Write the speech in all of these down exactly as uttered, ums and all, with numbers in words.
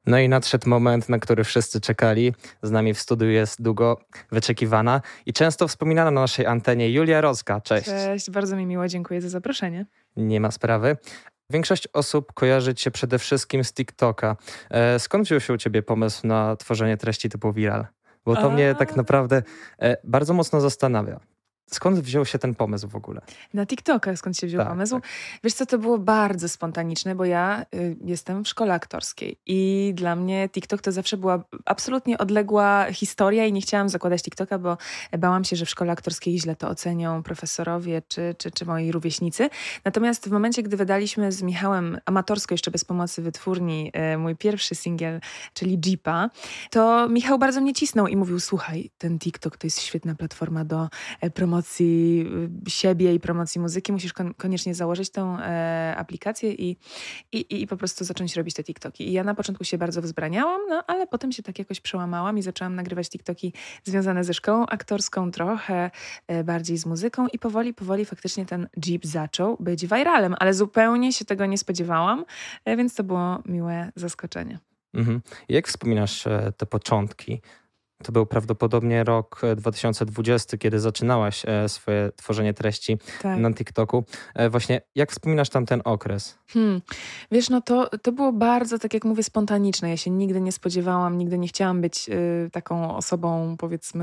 No i nadszedł moment, na który wszyscy czekali. Z nami w studiu jest długo wyczekiwana i często wspominana na naszej antenie Julia Rozga. Cześć. Cześć, bardzo mi miło, dziękuję za zaproszenie. Nie ma sprawy. Większość osób kojarzy cię przede wszystkim z TikToka. E, skąd wziął się u ciebie pomysł na tworzenie treści typu viral? Bo to A... mnie tak naprawdę e, bardzo mocno zastanawia. Skąd wziął się ten pomysł w ogóle? Na TikToka skąd się wziął tak, pomysł? Tak. Wiesz co, to było bardzo spontaniczne, bo ja y, jestem w szkole aktorskiej i dla mnie TikTok to zawsze była absolutnie odległa historia i nie chciałam zakładać TikToka, bo bałam się, że w szkole aktorskiej źle to ocenią profesorowie czy, czy, czy moi rówieśnicy. Natomiast w momencie, gdy wydaliśmy z Michałem amatorsko, jeszcze bez pomocy wytwórni, y, mój pierwszy singiel, czyli Jeepa, to Michał bardzo mnie cisnął i mówił, słuchaj, ten TikTok to jest świetna platforma do y, promocji promocji siebie i promocji muzyki, musisz kon- koniecznie założyć tę e, aplikację i, i, i po prostu zacząć robić te TikToki. I ja na początku się bardzo wzbraniałam, no ale potem się tak jakoś przełamałam i zaczęłam nagrywać TikToki związane ze szkołą aktorską, trochę e, bardziej z muzyką i powoli, powoli faktycznie ten Jeep zaczął być viralem, ale zupełnie się tego nie spodziewałam, e, więc to było miłe zaskoczenie. Mhm. Jak wspominasz e, te początki? To był prawdopodobnie rok dwa tysiące dwudziesty, kiedy zaczynałaś swoje tworzenie treści tak. na TikToku. Właśnie jak wspominasz tam ten okres? Hmm. Wiesz, no to, to było bardzo, tak jak mówię, spontaniczne. Ja się nigdy nie spodziewałam, nigdy nie chciałam być y, taką osobą, powiedzmy,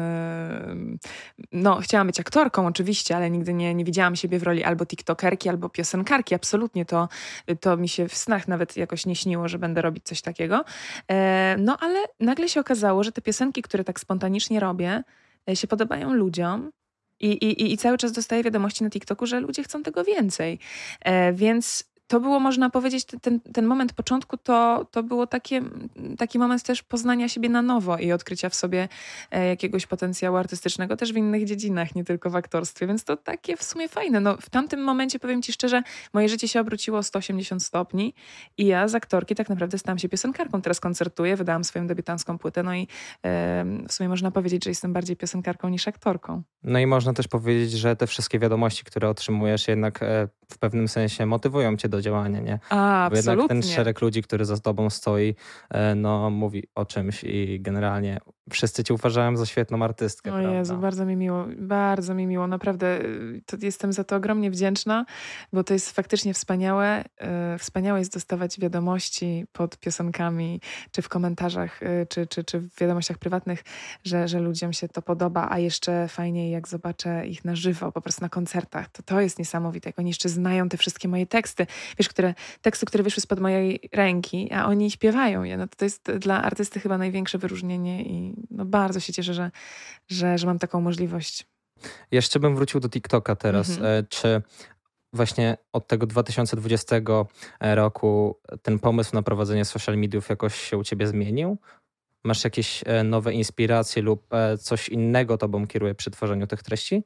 y, no chciałam być aktorką oczywiście, ale nigdy nie, nie widziałam siebie w roli albo tiktokerki, albo piosenkarki. Absolutnie to, to mi się w snach nawet jakoś nie śniło, że będę robić coś takiego. E, no ale nagle się okazało, że te piosenki, które tak spontanicznie robię, się podobają ludziom i, i, i cały czas dostaję wiadomości na TikToku, że ludzie chcą tego więcej. E, więc to było, można powiedzieć, ten, ten moment początku to, to było takie, taki moment też poznania siebie na nowo i odkrycia w sobie e, jakiegoś potencjału artystycznego też w innych dziedzinach, nie tylko w aktorstwie, więc to takie w sumie fajne. No, w tamtym momencie, powiem ci szczerze, moje życie się obróciło o sto osiemdziesiąt stopni i ja z aktorki tak naprawdę stałam się piosenkarką. Teraz koncertuję, wydałam swoją debiutancką płytę, no i e, w sumie można powiedzieć, że jestem bardziej piosenkarką niż aktorką. No i można też powiedzieć, że te wszystkie wiadomości, które otrzymujesz, jednak e, w pewnym sensie motywują cię do działania, nie? A, Bo jednak absolutnie. ten szereg ludzi, który za tobą stoi, e, no mówi o czymś i generalnie wszyscy cię uważają za świetną artystkę, O prawda? Jezu, bardzo mi miło, bardzo mi miło, naprawdę to jestem za to ogromnie wdzięczna, bo to jest faktycznie wspaniałe. Yy, wspaniałe jest dostawać wiadomości pod piosenkami, czy w komentarzach, yy, czy, czy, czy w wiadomościach prywatnych, że, że ludziom się to podoba, a jeszcze fajniej jak zobaczę ich na żywo, po prostu na koncertach, to to jest niesamowite, jak oni jeszcze znają te wszystkie moje teksty, wiesz, które, teksty, które wyszły spod mojej ręki, a oni śpiewają je, no to, to jest dla artysty chyba największe wyróżnienie i no bardzo się cieszę, że, że, że mam taką możliwość. Jeszcze bym wrócił do TikToka teraz. Mhm. Czy właśnie od tego dwa tysiące dwudziestego roku ten pomysł na prowadzenie social mediów jakoś się u ciebie zmienił? Masz jakieś nowe inspiracje lub coś innego tobą kieruje przy tworzeniu tych treści?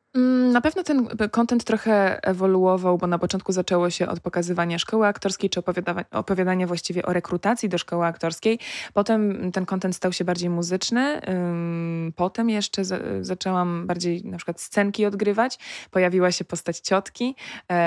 Na pewno ten content trochę ewoluował, bo na początku zaczęło się od pokazywania szkoły aktorskiej, czy opowiadania, opowiadania właściwie o rekrutacji do szkoły aktorskiej. Potem ten content stał się bardziej muzyczny. Potem jeszcze za, zaczęłam bardziej na przykład scenki odgrywać. Pojawiła się postać ciotki.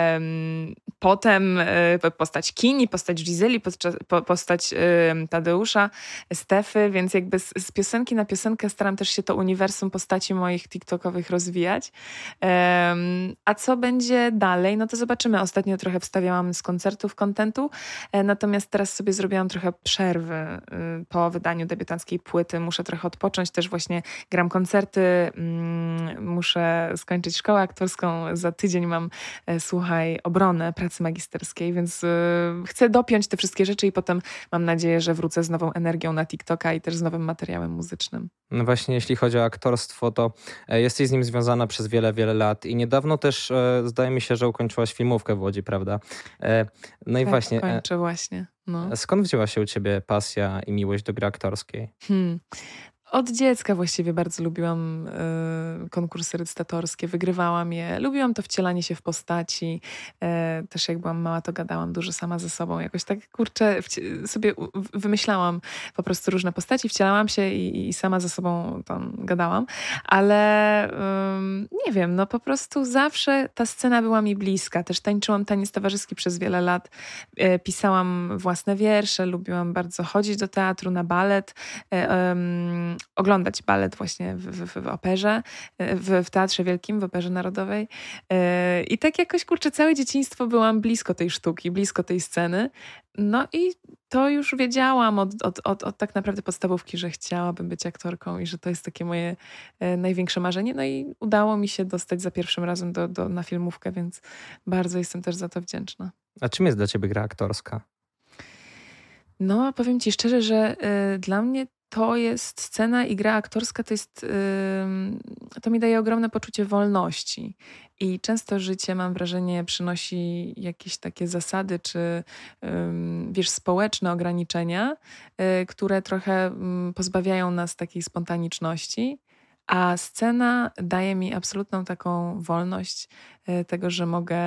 Potem postać Kini, postać Giseli, postać Tadeusza, Stefy, więc jakby z, z piosenki na piosenkę staram też się to uniwersum postaci moich tiktokowych rozwijać. Um, a co będzie dalej? No to zobaczymy. Ostatnio trochę wstawiałam z koncertów kontentu, e, natomiast teraz sobie zrobiłam trochę przerwy y, po wydaniu debiutanckiej płyty. Muszę trochę odpocząć, też właśnie gram koncerty, mm, muszę skończyć szkołę aktorską. Za tydzień mam, e, słuchaj, obronę pracy magisterskiej, więc y, chcę dopiąć te wszystkie rzeczy i potem mam nadzieję, że wrócę z nową energią na TikToka i też z nowym materiałem muzycznym. No właśnie, jeśli chodzi o aktorstwo, to e, jesteś z nim związana przez wiele, wiele lat i niedawno też e, zdaje mi się, że ukończyłaś filmówkę w Łodzi, prawda? E, no i tak, właśnie. kończę właśnie. No. Skąd wzięła się u ciebie pasja i miłość do gry aktorskiej? Hmm. Od dziecka właściwie bardzo lubiłam y, konkursy recytatorskie, wygrywałam je. Lubiłam to wcielanie się w postaci. Y, też jak byłam mała, to gadałam dużo sama ze sobą. Jakoś tak, kurczę, wci- sobie u- wymyślałam po prostu różne postaci, wcielałam się i, i sama ze sobą tam gadałam. Ale ym, nie wiem, no po prostu zawsze ta scena była mi bliska. Też tańczyłam taniec towarzyski przez wiele lat. Y, pisałam własne wiersze, lubiłam bardzo chodzić do teatru, na balet. Y, ym, oglądać balet właśnie w, w, w operze, w, w Teatrze Wielkim, w Operze Narodowej. I tak jakoś, kurczę, całe dzieciństwo byłam blisko tej sztuki, blisko tej sceny. No i to już wiedziałam od, od, od, od tak naprawdę podstawówki, że chciałabym być aktorką i że to jest takie moje największe marzenie. No i udało mi się dostać za pierwszym razem do, do, na filmówkę, więc bardzo jestem też za to wdzięczna. A czym jest dla ciebie gra aktorska? No, powiem ci szczerze, że y, dla mnie to jest scena i gra aktorska, to jest, y, to mi daje ogromne poczucie wolności. I często życie, mam wrażenie, przynosi jakieś takie zasady, czy y, wiesz, społeczne ograniczenia, y, które trochę y, pozbawiają nas takiej spontaniczności. A scena daje mi absolutną taką wolność y, tego, że mogę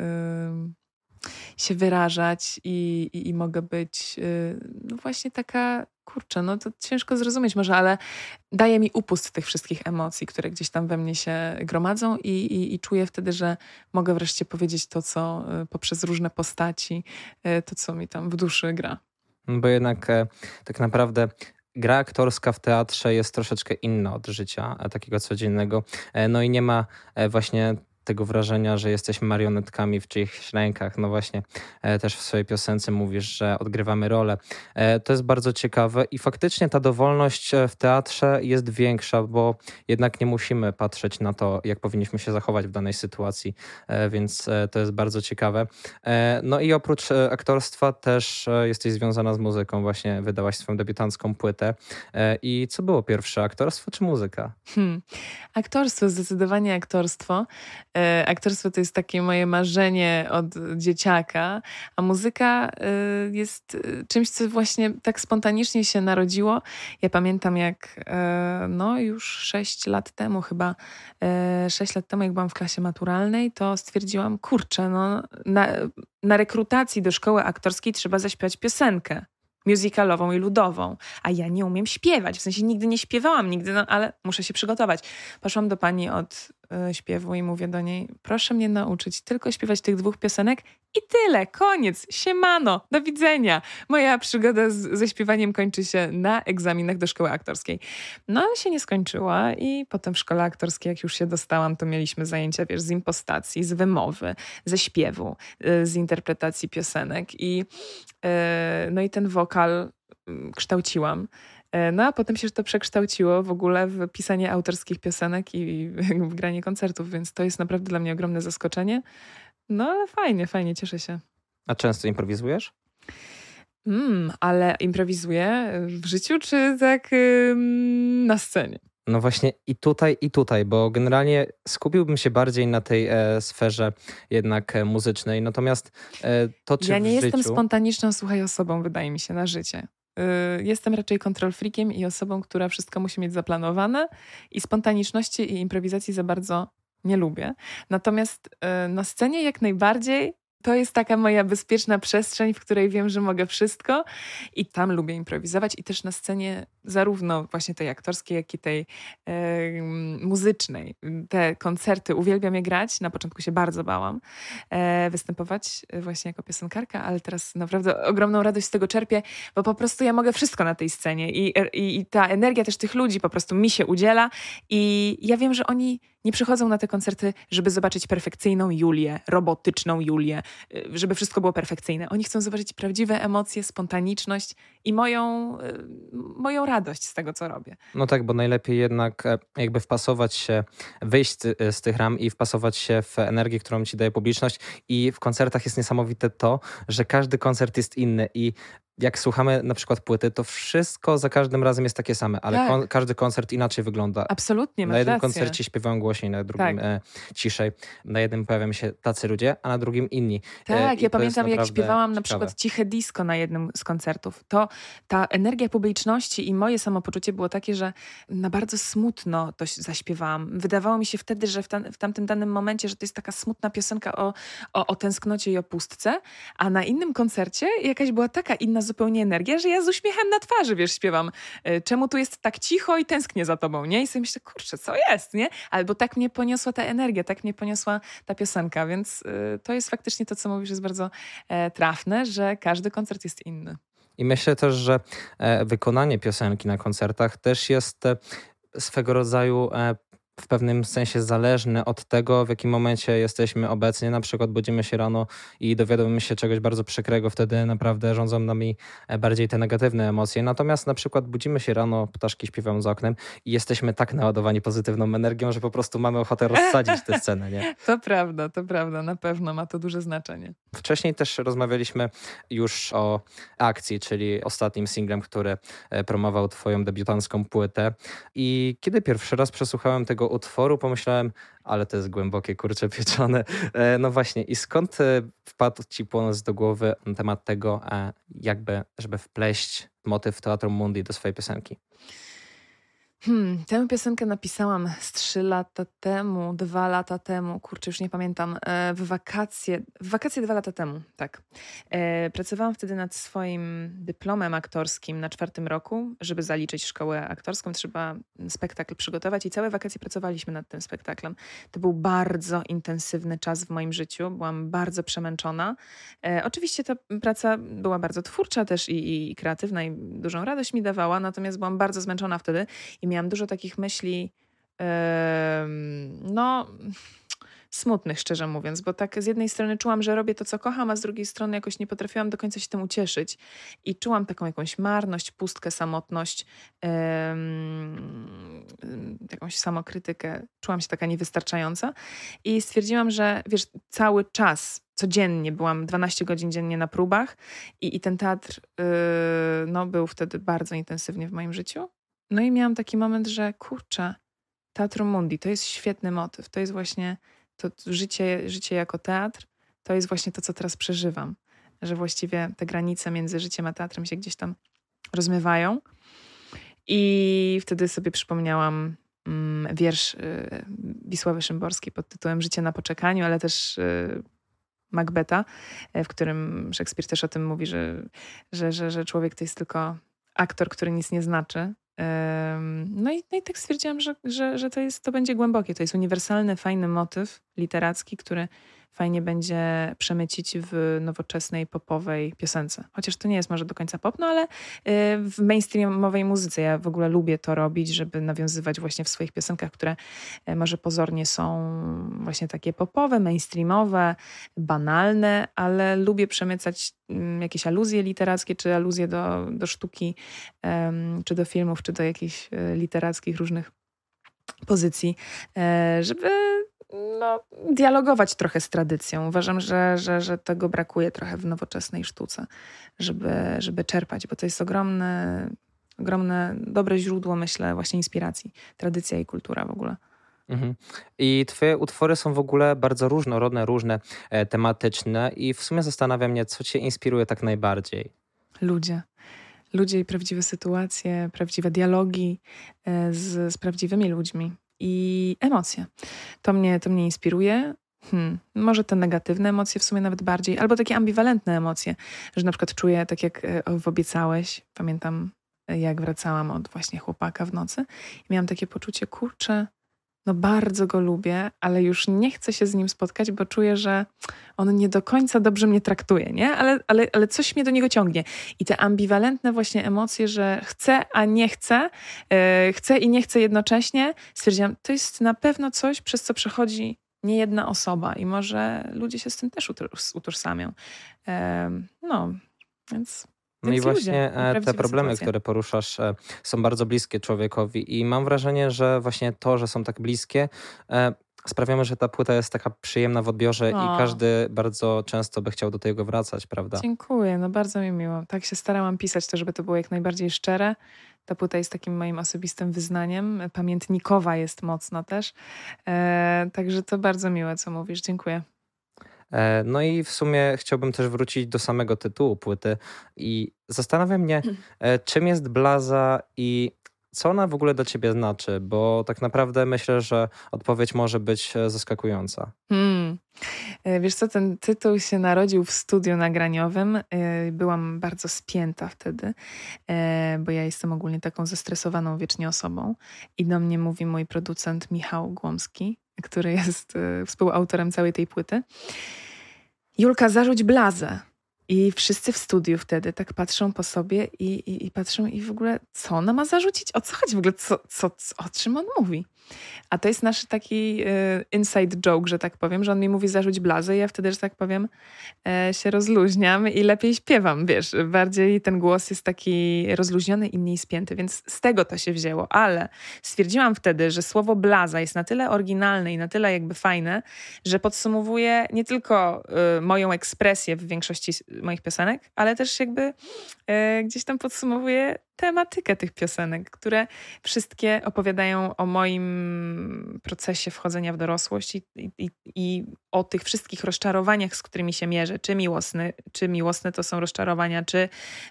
y, się wyrażać i, i, i mogę być y, no właśnie taka, kurczę, no to ciężko zrozumieć może, ale daje mi upust tych wszystkich emocji, które gdzieś tam we mnie się gromadzą i, i, i czuję wtedy, że mogę wreszcie powiedzieć to, co y, poprzez różne postaci, y, to, co mi tam w duszy gra. Bo jednak e, tak naprawdę gra aktorska w teatrze jest troszeczkę inna od życia e, takiego codziennego. E, no i nie ma e, właśnie tego wrażenia, że jesteśmy marionetkami w czyichś rękach. No właśnie e, też w swojej piosence mówisz, że odgrywamy rolę. E, to jest bardzo ciekawe i faktycznie ta dowolność w teatrze jest większa, bo jednak nie musimy patrzeć na to, jak powinniśmy się zachować w danej sytuacji, e, więc e, to jest bardzo ciekawe. E, no i oprócz e, aktorstwa też e, jesteś związana z muzyką. Właśnie wydałaś swoją debiutancką płytę. E, I co było pierwsze, aktorstwo czy muzyka? Hmm. Aktorstwo, zdecydowanie aktorstwo. E, aktorstwo to jest takie moje marzenie od dzieciaka, a muzyka e, jest e, czymś, co właśnie tak spontanicznie się narodziło. Ja pamiętam jak e, no już sześć lat temu chyba, e, sześć lat temu jak byłam w klasie maturalnej, to stwierdziłam, kurczę, no na, na rekrutacji do szkoły aktorskiej trzeba zaśpiewać piosenkę musicalową i ludową, a ja nie umiem śpiewać, w sensie nigdy nie śpiewałam, nigdy, no ale muszę się przygotować. Poszłam do pani od y, śpiewu i mówię do niej, proszę mnie nauczyć tylko śpiewać tych dwóch piosenek i tyle, koniec, siemano, do widzenia. Moja przygoda z, ze śpiewaniem kończy się na egzaminach do szkoły aktorskiej. No ale się nie skończyła i potem w szkole aktorskiej, jak już się dostałam, to mieliśmy zajęcia, wiesz, z impostacji, z wymowy, ze śpiewu, y, z interpretacji piosenek i y, no i ten wokal y, kształciłam. No a potem się to przekształciło w ogóle w pisanie autorskich piosenek i w granie koncertów, więc to jest naprawdę dla mnie ogromne zaskoczenie. No ale fajnie, fajnie, cieszę się. A często improwizujesz? Mm, ale improwizuję w życiu czy tak ym, na scenie? No właśnie i tutaj, i tutaj, bo generalnie skupiłbym się bardziej na tej e, sferze jednak e, muzycznej, natomiast e, to czy Ja nie w jestem życiu... spontaniczną, słuchaj, osobą, wydaje mi się, na życie. Y, jestem raczej control freakiem i osobą, która wszystko musi mieć zaplanowane i spontaniczności i improwizacji za bardzo nie lubię. Natomiast y, na scenie jak najbardziej to jest taka moja bezpieczna przestrzeń, w której wiem, że mogę wszystko i tam lubię improwizować i też na scenie zarówno właśnie tej aktorskiej, jak i tej e, muzycznej. Te koncerty uwielbiam je grać. Na początku się bardzo bałam e, występować właśnie jako piosenkarka, ale teraz naprawdę ogromną radość z tego czerpię, bo po prostu ja mogę wszystko na tej scenie i, i, i ta energia też tych ludzi po prostu mi się udziela i ja wiem, że oni nie przychodzą na te koncerty, żeby zobaczyć perfekcyjną Julię, robotyczną Julię, żeby wszystko było perfekcyjne. Oni chcą zobaczyć prawdziwe emocje, spontaniczność i moją, moją radość z tego, co robię. No tak, bo najlepiej jednak jakby wpasować się, wyjść z tych ram i wpasować się w energię, którą ci daje publiczność. I w koncertach jest niesamowite to, że każdy koncert jest inny i jak słuchamy na przykład płyty, to wszystko za każdym razem jest takie same, ale Tak. kon- każdy koncert inaczej wygląda. Absolutnie, masz Na jednym rację. koncercie śpiewam głośniej, na drugim Tak. e, ciszej. Na jednym pojawiają się tacy ludzie, a na drugim inni. E, Tak, i ja to jest pamiętam, jak naprawdę śpiewałam na ciekawe. przykład ciche disco na jednym z koncertów. To ta energia publiczności i moje samopoczucie było takie, że na bardzo smutno to się- zaśpiewałam. Wydawało mi się wtedy, że w, tam, w tamtym danym momencie, że to jest taka smutna piosenka o, o, o tęsknocie i o pustce, a na innym koncercie jakaś była taka inna zupełnie energia, że ja z uśmiechem na twarzy, wiesz, śpiewam. y, Czemu tu jest tak cicho i tęsknię za tobą, nie? I sobie myślę, kurczę, co jest, nie? Albo tak mnie poniosła ta energia, tak mnie poniosła ta piosenka, więc y, to jest faktycznie to, co mówisz, jest bardzo e, trafne, że każdy koncert jest inny. I myślę też, że e, wykonanie piosenki na koncertach też jest e, swego rodzaju e, w pewnym sensie zależne od tego, w jakim momencie jesteśmy obecnie. Na przykład budzimy się rano i dowiadujemy się czegoś bardzo przykrego, wtedy naprawdę rządzą nami e, bardziej te negatywne emocje. Natomiast na przykład budzimy się rano, ptaszki śpiewają za oknem i jesteśmy tak naładowani pozytywną energią, że po prostu mamy ochotę rozsadzić tę scenę, nie? To prawda, to prawda, na pewno ma to duże znaczenie. Wcześniej też rozmawialiśmy już o Akcji, czyli ostatnim singlem, który e, promował twoją debiutancką płytę. I kiedy pierwszy raz przesłuchałem tego utworu, pomyślałem, ale to jest głębokie, kurcze pieczone. E, No właśnie, i skąd e, wpadł ci pomysł do głowy na temat tego, e, jakby, żeby wpleść motyw Teatrum Mundi do swojej piosenki? Hmm, tę piosenkę napisałam z trzy lata temu, dwa lata temu, kurczę, już nie pamiętam, e, w wakacje, w wakacje dwa lata temu, tak. E, pracowałam wtedy nad swoim dyplomem aktorskim na czwartym roku. Żeby zaliczyć szkołę aktorską, trzeba spektakl przygotować i całe wakacje pracowaliśmy nad tym spektaklem. To był bardzo intensywny czas w moim życiu, byłam bardzo przemęczona. E, oczywiście ta praca była bardzo twórcza też i, i, i kreatywna i dużą radość mi dawała, natomiast byłam bardzo zmęczona wtedy i miałam dużo takich myśli, em, no, smutnych, szczerze mówiąc, bo tak z jednej strony czułam, że robię to, co kocham, a z drugiej strony jakoś nie potrafiłam do końca się tym ucieszyć. I czułam taką jakąś marność, pustkę, samotność, em, jakąś samokrytykę. Czułam się taka niewystarczająca i stwierdziłam, że wiesz, cały czas, codziennie byłam dwanaście godzin dziennie na próbach i, i ten teatr yy, no, był wtedy bardzo intensywnie w moim życiu. No i miałam taki moment, że kurczę, Teatrum Mundi to jest świetny motyw. To jest właśnie to życie, życie jako teatr. To jest właśnie to, co teraz przeżywam. Że właściwie te granice między życiem a teatrem się gdzieś tam rozmywają. I wtedy sobie przypomniałam mm, wiersz y, Wisławy Szymborskiej pod tytułem Życie na poczekaniu, ale też y, Macbeta, w którym Szekspir też o tym mówi, że, że, że, że człowiek to jest tylko aktor, który nic nie znaczy. No i, no i tak stwierdziłam, że, że, że to, jest, to będzie głębokie. To jest uniwersalny, fajny motyw literacki, który fajnie będzie przemycić w nowoczesnej, popowej piosence. Chociaż to nie jest może do końca pop, no ale w mainstreamowej muzyce ja w ogóle lubię to robić, żeby nawiązywać właśnie w swoich piosenkach, które może pozornie są właśnie takie popowe, mainstreamowe, banalne, ale lubię przemycać jakieś aluzje literackie, czy aluzje do, do sztuki, czy do filmów, czy do jakichś literackich różnych pozycji, żeby no, dialogować trochę z tradycją. Uważam, że, że, że tego brakuje trochę w nowoczesnej sztuce, żeby, żeby czerpać, bo to jest ogromne, ogromne, dobre źródło, myślę, właśnie inspiracji. Tradycja i kultura w ogóle. Mhm. I twoje utwory są w ogóle bardzo różnorodne, różne, e, tematyczne i w sumie zastanawia mnie, co cię inspiruje tak najbardziej. Ludzie. Ludzie i prawdziwe sytuacje, prawdziwe dialogi e, z, z prawdziwymi ludźmi. I emocje. To mnie, to mnie inspiruje. Hmm. Może te negatywne emocje w sumie nawet bardziej, albo takie ambiwalentne emocje, że na przykład czuję, tak jak obiecałeś, pamiętam jak wracałam od właśnie chłopaka w nocy i miałam takie poczucie, kurczę, no bardzo go lubię, ale już nie chcę się z nim spotkać, bo czuję, że on nie do końca dobrze mnie traktuje, nie? Ale, ale, ale coś mnie do niego ciągnie. I te ambiwalentne właśnie emocje, że chcę, a nie chcę, yy, chcę i nie chcę jednocześnie, stwierdziłam, to jest na pewno coś, przez co przechodzi nie jedna osoba i może ludzie się z tym też utożsamią. Yy, no, więc... No i właśnie ludzie, te problemy, sytuacje. które poruszasz, są bardzo bliskie człowiekowi i mam wrażenie, że właśnie to, że są tak bliskie, sprawiamy, że ta płyta jest taka przyjemna w odbiorze O. i każdy bardzo często by chciał do tego wracać, prawda? Dziękuję, no bardzo mi miło. Tak się starałam pisać to, żeby to było jak najbardziej szczere. Ta płyta jest takim moim osobistym wyznaniem. Pamiętnikowa jest mocno też. E, także to bardzo miłe, co mówisz. Dziękuję. E, No i w sumie chciałbym też wrócić do samego tytułu płyty i zastanawia mnie, e, czym jest Blaza i co ona w ogóle dla ciebie znaczy, bo tak naprawdę myślę, że odpowiedź może być e, zaskakująca. Hmm. E, Wiesz co, ten tytuł się narodził w studiu nagraniowym. E, Byłam bardzo spięta wtedy, e, bo ja jestem ogólnie taką zestresowaną wiecznie osobą. I do mnie mówi mój producent Michał Głomski, który jest e, współautorem całej tej płyty. Julka, zarzuć blazę. I wszyscy w studiu wtedy tak patrzą po sobie i, i, i patrzą i w ogóle, co ona ma zarzucić? O co chodzi w ogóle? Co, co, co, o czym on mówi? A to jest nasz taki y, inside joke, że tak powiem, że on mi mówi zarzuć blazę i ja wtedy, że tak powiem, e, się rozluźniam i lepiej śpiewam, wiesz. Bardziej ten głos jest taki rozluźniony i mniej spięty, więc z tego to się wzięło. Ale stwierdziłam wtedy, że słowo blaza jest na tyle oryginalne i na tyle jakby fajne, że podsumowuje nie tylko y, moją ekspresję w większości moich piosenek, ale też jakby y, gdzieś tam podsumowuje tematykę tych piosenek, które wszystkie opowiadają o moim procesie wchodzenia w dorosłość i, i, i o tych wszystkich rozczarowaniach, z którymi się mierzę. Czy miłosne, czy miłosne to są rozczarowania, czy,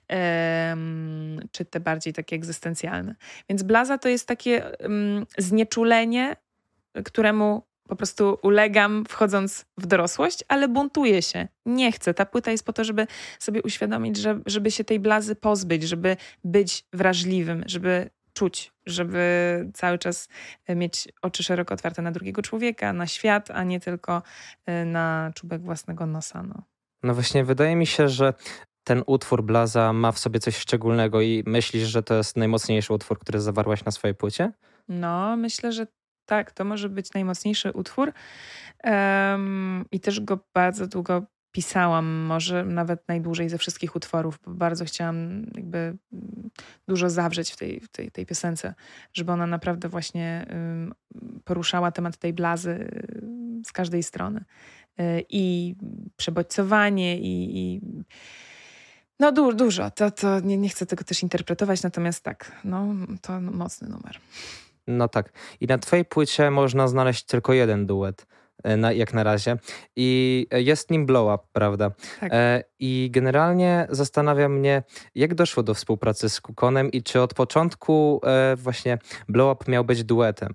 um, czy te bardziej takie egzystencjalne. Więc blaza to jest takie um, znieczulenie, któremu po prostu ulegam wchodząc w dorosłość, ale buntuję się. Nie chcę. Ta płyta jest po to, żeby sobie uświadomić, że, żeby się tej blazy pozbyć, żeby być wrażliwym, żeby czuć, żeby cały czas mieć oczy szeroko otwarte na drugiego człowieka, na świat, a nie tylko na czubek własnego nosa. No, No właśnie, wydaje mi się, że ten utwór Blaza ma w sobie coś szczególnego i myślisz, że to jest najmocniejszy utwór, który zawarłaś na swojej płycie? no myślę, że tak, to może być najmocniejszy utwór um, i też go bardzo długo pisałam, może nawet najdłużej ze wszystkich utworów, bo bardzo chciałam jakby dużo zawrzeć w tej, w tej, tej piosence, żeby ona naprawdę właśnie um, poruszała temat tej blazy z każdej strony. Y, I przebodźcowanie i, i no du, dużo. To, to nie, nie chcę tego też interpretować, natomiast tak, no to mocny numer. No tak. I na twojej płycie można znaleźć tylko jeden duet, e, na, jak na razie. I jest nim Blow Up, prawda? Tak. E, I generalnie zastanawia mnie, jak doszło do współpracy z Kukonem i czy od początku e, właśnie Blow Up miał być duetem?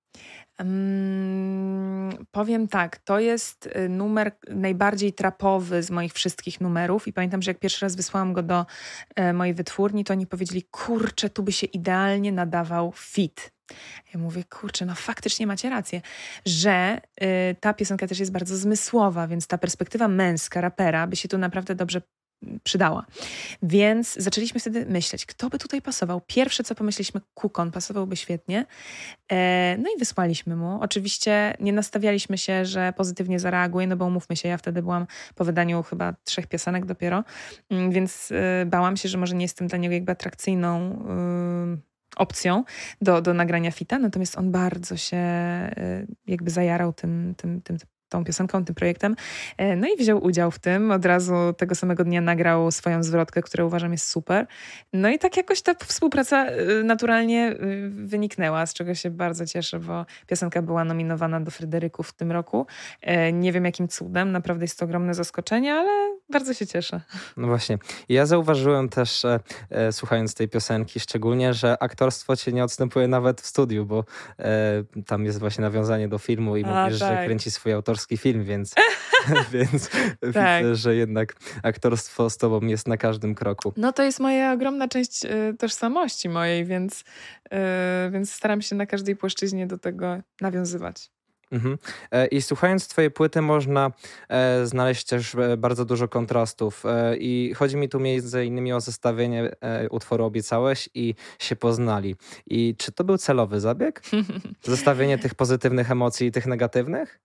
Um, powiem tak, to jest numer najbardziej trapowy z moich wszystkich numerów i pamiętam, że jak pierwszy raz wysłałam go do e, mojej wytwórni, to oni powiedzieli, kurczę, tu by się idealnie nadawał fit. Ja mówię, kurczę, no faktycznie macie rację, że y, ta piosenka też jest bardzo zmysłowa, więc ta perspektywa męska, rapera by się tu naprawdę dobrze przydała. Więc zaczęliśmy wtedy myśleć, kto by tutaj pasował. Pierwsze, co pomyśleliśmy, Kukon pasowałby świetnie. E, no i wysłaliśmy mu. Oczywiście nie nastawialiśmy się, że pozytywnie zareaguje, no bo umówmy się, ja wtedy byłam po wydaniu chyba trzech piosenek dopiero, więc y, bałam się, że może nie jestem dla niego jakby atrakcyjną y, opcją do, do nagrania fita, natomiast on bardzo się y, jakby zajarał tym, tym, tym tą piosenką, tym projektem. No i wziął udział w tym. Od razu tego samego dnia nagrał swoją zwrotkę, która uważam jest super. No i tak jakoś ta współpraca naturalnie wyniknęła, z czego się bardzo cieszę, bo piosenka była nominowana do Fryderyków w tym roku. Nie wiem jakim cudem, naprawdę jest to ogromne zaskoczenie, ale bardzo się cieszę. No właśnie. Ja zauważyłem też, e, e, słuchając tej piosenki, szczególnie, że aktorstwo cię nie odstępuje nawet w studiu, bo e, tam jest właśnie nawiązanie do filmu i A, mówisz, tak. że kręci swój autorski film, więc, więc Tak. widzę, że jednak aktorstwo z tobą jest na każdym kroku. No to jest moja ogromna część y, tożsamości mojej, więc, y, więc staram się na każdej płaszczyźnie do tego nawiązywać. Mhm. E, I słuchając twojej płyty można e, znaleźć też e, bardzo dużo kontrastów e, i chodzi mi tu między innymi o zestawienie e, utworu Obiecałeś i Się poznali. I czy to był celowy zabieg? Zestawienie tych pozytywnych emocji i tych negatywnych?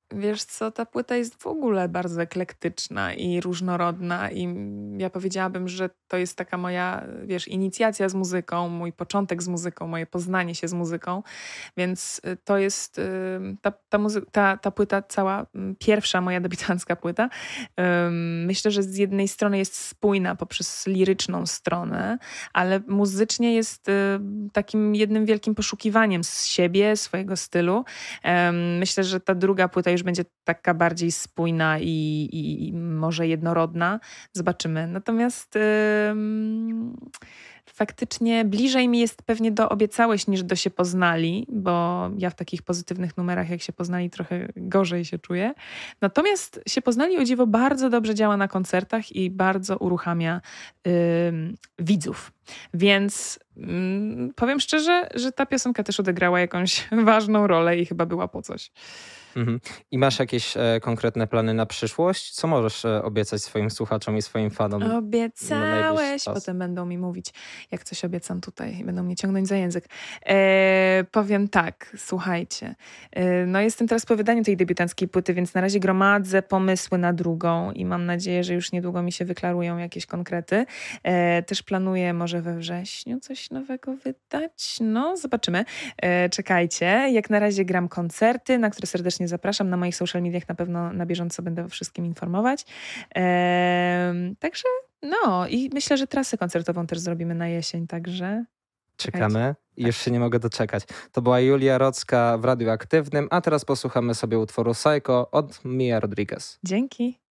Wiesz co, ta płyta jest w ogóle bardzo eklektyczna i różnorodna i ja powiedziałabym, że to jest taka moja, wiesz, inicjacja z muzyką, mój początek z muzyką, moje poznanie się z muzyką, więc y, to jest y, ta, ta, muzy- ta, ta płyta cała, mm, pierwsza moja debiutancka płyta. Ym, Myślę, że z jednej strony jest spójna poprzez liryczną stronę, ale muzycznie jest y, takim jednym wielkim poszukiwaniem z siebie, swojego stylu. Ym, Myślę, że ta druga płyta już będzie taka bardziej spójna i, i, i może jednorodna. Zobaczymy. Natomiast ym, faktycznie bliżej mi jest pewnie do Obiecałeś niż do Się poznali, bo ja w takich pozytywnych numerach jak Się poznali trochę gorzej się czuję. Natomiast Się poznali o dziwo bardzo dobrze działa na koncertach i bardzo uruchamia ym, widzów. Więc ym, powiem szczerze, że ta piosenka też odegrała jakąś ważną rolę i chyba była po coś. Mhm. I masz jakieś e, konkretne plany na przyszłość? Co możesz e, obiecać swoim słuchaczom i swoim fanom? na najbliższy Obiecałeś, czas? potem będą mi mówić, jak coś obiecam tutaj i będą mnie ciągnąć za język. E, powiem tak, słuchajcie. E, no jestem teraz po wydaniu tej debiutanckiej płyty, więc na razie gromadzę pomysły na drugą i mam nadzieję, że już niedługo mi się wyklarują jakieś konkrety. E, też planuję może we wrześniu coś nowego wydać. No, zobaczymy. E, czekajcie. Jak na razie gram koncerty, na które serdecznie zapraszam. Na moich social mediach na pewno na bieżąco będę o wszystkim informować. Ehm, także no i myślę, że trasę koncertową też zrobimy na jesień, także Czekamy i już się nie mogę doczekać. To była Julia Rocka w Radiu Aktywnym, a teraz posłuchamy sobie utworu Psycho od Mia Rodriguez. dzięki.